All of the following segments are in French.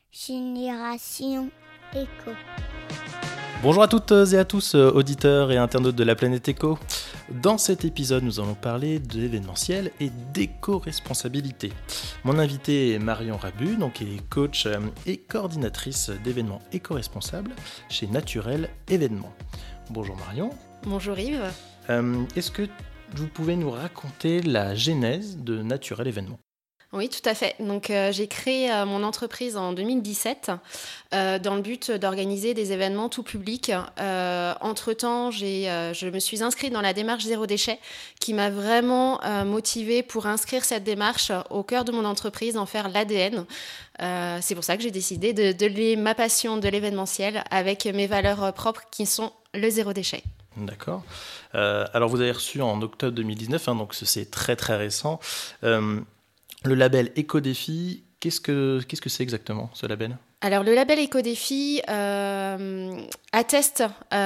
Génération Éco. Bonjour à toutes et à tous, auditeurs et internautes de la planète Éco. Dans cet épisode, nous allons parler de l'événementiel et d'éco-responsabilité. Mon invité est Marion Rabu, qui est coach et coordinatrice d'événements éco-responsables chez Naturel Événements. Bonjour Marion. Bonjour Yves. Est-ce que vous pouvez nous raconter la genèse de Naturel Événements ? Oui, tout à fait. Donc, j'ai créé mon entreprise en 2017 dans le but d'organiser des événements tout public. Entre-temps, je me suis inscrite dans la démarche Zéro Déchet qui m'a vraiment motivée pour inscrire cette démarche au cœur de mon entreprise, en faire l'ADN. C'est pour ça que j'ai décidé de lier ma passion de l'événementiel avec mes valeurs propres qui sont le zéro déchet. D'accord. Alors, vous avez reçu en octobre 2019, donc c'est très très récent. Le label Éco-Défi, qu'est-ce que c'est exactement, ce label ? Alors, le label Éco-Défi atteste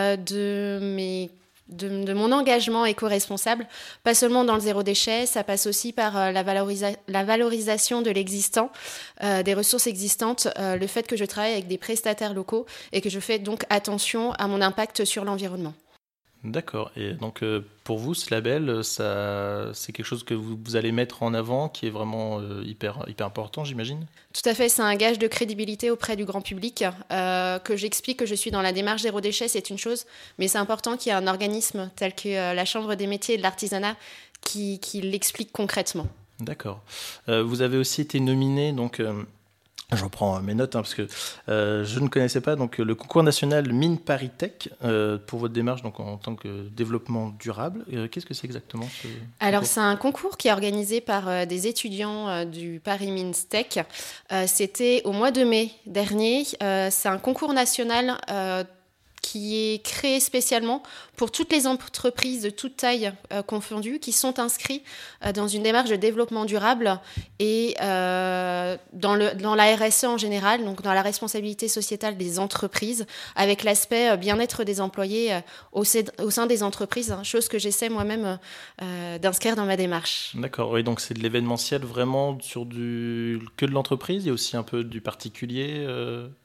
de mon engagement éco-responsable, pas seulement dans le zéro déchet, ça passe aussi par la valorisation de l'existant, des ressources existantes, le fait que je travaille avec des prestataires locaux et que je fais donc attention à mon impact sur l'environnement. D'accord. Et donc, pour vous, ce label, c'est quelque chose que vous allez mettre en avant, qui est vraiment hyper important, j'imagine ? Tout à fait, c'est un gage de crédibilité auprès du grand public. Que j'explique que je suis dans la démarche zéro déchet, c'est une chose, mais c'est important qu'il y ait un organisme tel que la Chambre des métiers et de l'artisanat qui l'explique concrètement. D'accord. Vous avez aussi été nominé, donc... J'en prends mes notes parce que je ne connaissais pas le concours national Mine Paris Tech pour votre démarche en tant que développement durable. Qu'est-ce que c'est exactement ce Alors, concours ? c'est un concours qui est organisé par des étudiants du Paris Mines Tech. C'était au mois de mai dernier. C'est un concours national qui est créé spécialement pour toutes les entreprises de toute taille confondues qui sont inscrites dans une démarche de développement durable et dans la RSE en général, donc dans la responsabilité sociétale des entreprises, avec l'aspect bien-être des employés au sein des entreprises, chose que j'essaie moi-même d'inscrire dans ma démarche. D'accord, oui, donc c'est de l'événementiel vraiment sur que de l'entreprise, il y a aussi un peu du particulier également ?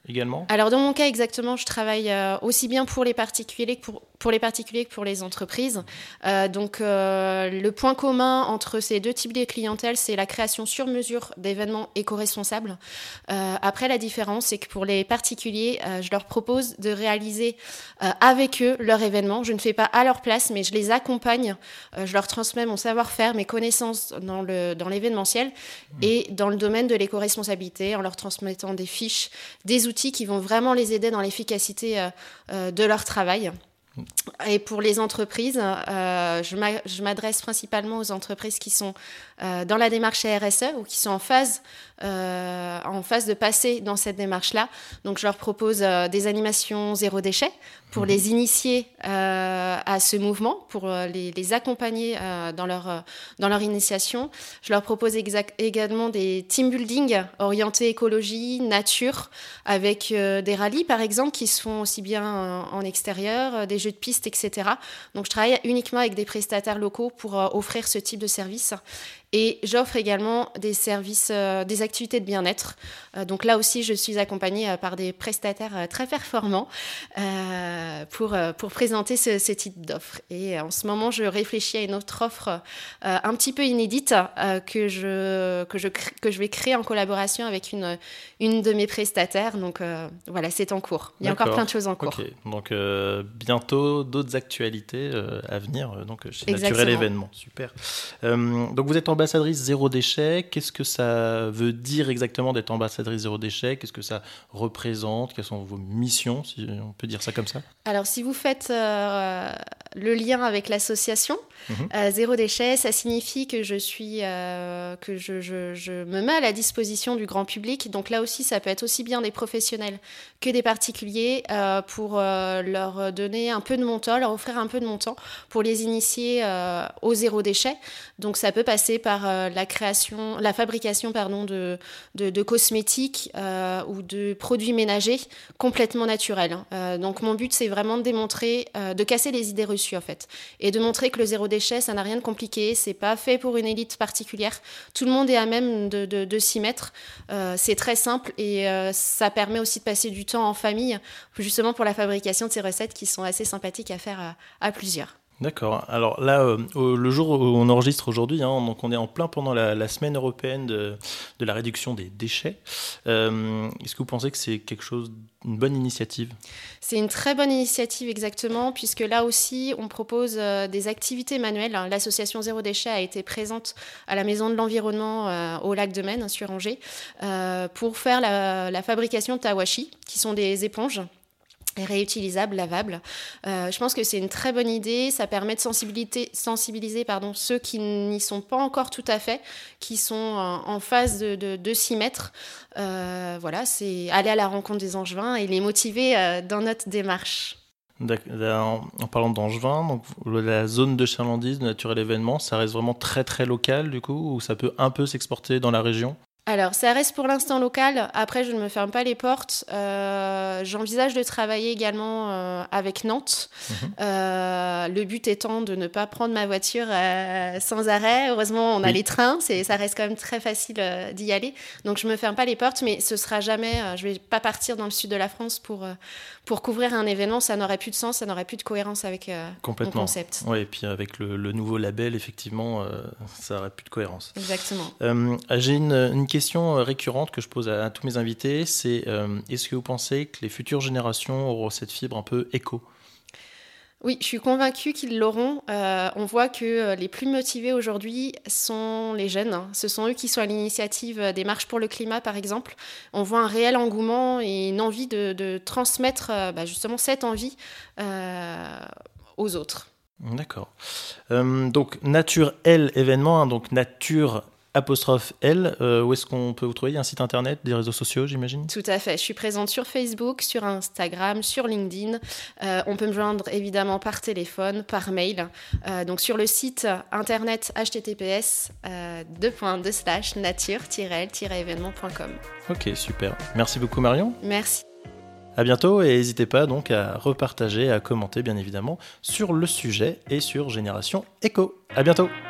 Alors dans mon cas exactement, je travaille aussi bien pour les particuliers que pour les entreprises. Le point commun entre ces deux types de clientèle, c'est la création sur mesure d'événements éco-responsables. Après, la différence, c'est que pour les particuliers, je leur propose de réaliser avec eux leur événement. Je ne fais pas à leur place, mais je les accompagne. Je leur transmets mon savoir-faire, mes connaissances dans l'événementiel et dans le domaine de l'éco-responsabilité, en leur transmettant des fiches, des outils qui vont vraiment les aider dans l'efficacité de leur travail. Et pour les entreprises, je m'adresse principalement aux entreprises qui sont dans la démarche RSE ou qui sont en phase de passer dans cette démarche-là. Donc, je leur propose des animations zéro déchet pour les initier à ce mouvement, pour les accompagner dans leur initiation. Je leur propose également des team building orientés écologie, nature, avec des rallyes, par exemple, qui se font aussi bien en extérieur, des jeux de piste, etc. Donc, je travaille uniquement avec des prestataires locaux pour offrir ce type de service. Et j'offre également des services, des activités de bien-être. Donc là aussi, je suis accompagnée par des prestataires très performants pour présenter ce type d'offre. Et en ce moment, je réfléchis à une autre offre un petit peu inédite que je vais créer en collaboration avec une de mes prestataires. Donc voilà, c'est en cours. Il y a encore plein de choses en cours. Okay. Donc bientôt, d'autres actualités à venir chez Exactement. Naturel Événements. Super. Donc vous êtes ambassadrice zéro déchet. Qu'est-ce que ça veut dire exactement d'être ambassadrice zéro déchet ? Qu'est-ce que ça représente ? Quelles sont vos missions, si on peut dire ça comme ça ? Alors, si vous faites le lien avec l'association Zéro Déchet, ça signifie que je me mets à la disposition du grand public. Donc là aussi, ça peut être aussi bien des professionnels que des particuliers pour leur donner un peu de mon temps, leur offrir un peu de mon temps pour les initier au zéro déchet. Donc ça peut passer par par la fabrication de cosmétiques ou de produits ménagers complètement naturels. Donc mon but, c'est vraiment de démontrer, de casser les idées reçues en fait, et de montrer que le zéro déchet, ça n'a rien de compliqué, c'est pas fait pour une élite particulière, tout le monde est à même de s'y mettre, c'est très simple et ça permet aussi de passer du temps en famille, justement pour la fabrication de ces recettes qui sont assez sympathiques à faire à plusieurs. D'accord. Alors là, le jour où on enregistre aujourd'hui, donc on est en plein pendant la semaine européenne de la réduction des déchets. Est-ce que vous pensez que c'est une bonne initiative ? C'est une très bonne initiative, exactement, puisque là aussi, on propose des activités manuelles. L'association Zéro Déchet a été présente à la Maison de l'Environnement au lac de Maine, sur Angers, pour faire la fabrication de tawashi, qui sont des éponges réutilisables, lavables. Je pense que c'est une très bonne idée. Ça permet de sensibiliser ceux qui n'y sont pas encore tout à fait, qui sont en phase de s'y mettre. Voilà, c'est aller à la rencontre des Angevins et les motiver dans notre démarche. En parlant d'Angevin, donc la zone de chalandise, de Nature et l'événement, ça reste vraiment très très local du coup, ou ça peut un peu s'exporter dans la région ? Alors, ça reste pour l'instant local. Après, je ne me ferme pas les portes. J'envisage de travailler également avec Nantes. Le but étant de ne pas prendre ma voiture sans arrêt. Heureusement, on a les trains. Ça reste quand même très facile d'y aller. Donc, je ne me ferme pas les portes, mais ce sera jamais... je ne vais pas partir dans le sud de la France pour couvrir un événement. Ça n'aurait plus de sens, ça n'aurait plus de cohérence avec mon concept. Oui, et puis avec le nouveau label, effectivement, ça n'aurait plus de cohérence. Exactement. J'ai une question récurrente que je pose à tous mes invités, c'est est-ce que vous pensez que les futures générations auront cette fibre un peu éco ? Oui, je suis convaincue qu'ils l'auront. On voit que les plus motivés aujourd'hui sont les jeunes. Ce sont eux qui sont à l'initiative des marches pour le climat, par exemple. On voit un réel engouement et une envie de transmettre justement cette envie aux autres. D'accord. Donc, Nature L événement, donc Nature _L, où est-ce qu'on peut vous trouver ? Il y a un site internet, des réseaux sociaux, j'imagine ? Tout à fait. Je suis présente sur Facebook, sur Instagram, sur LinkedIn. On peut me joindre évidemment par téléphone, par mail. Donc sur le site internet https://nature-l-événement.com. Ok, super. Merci beaucoup Marion. Merci. À bientôt et n'hésitez pas donc à repartager, à commenter bien évidemment sur le sujet et sur Génération Éco. À bientôt.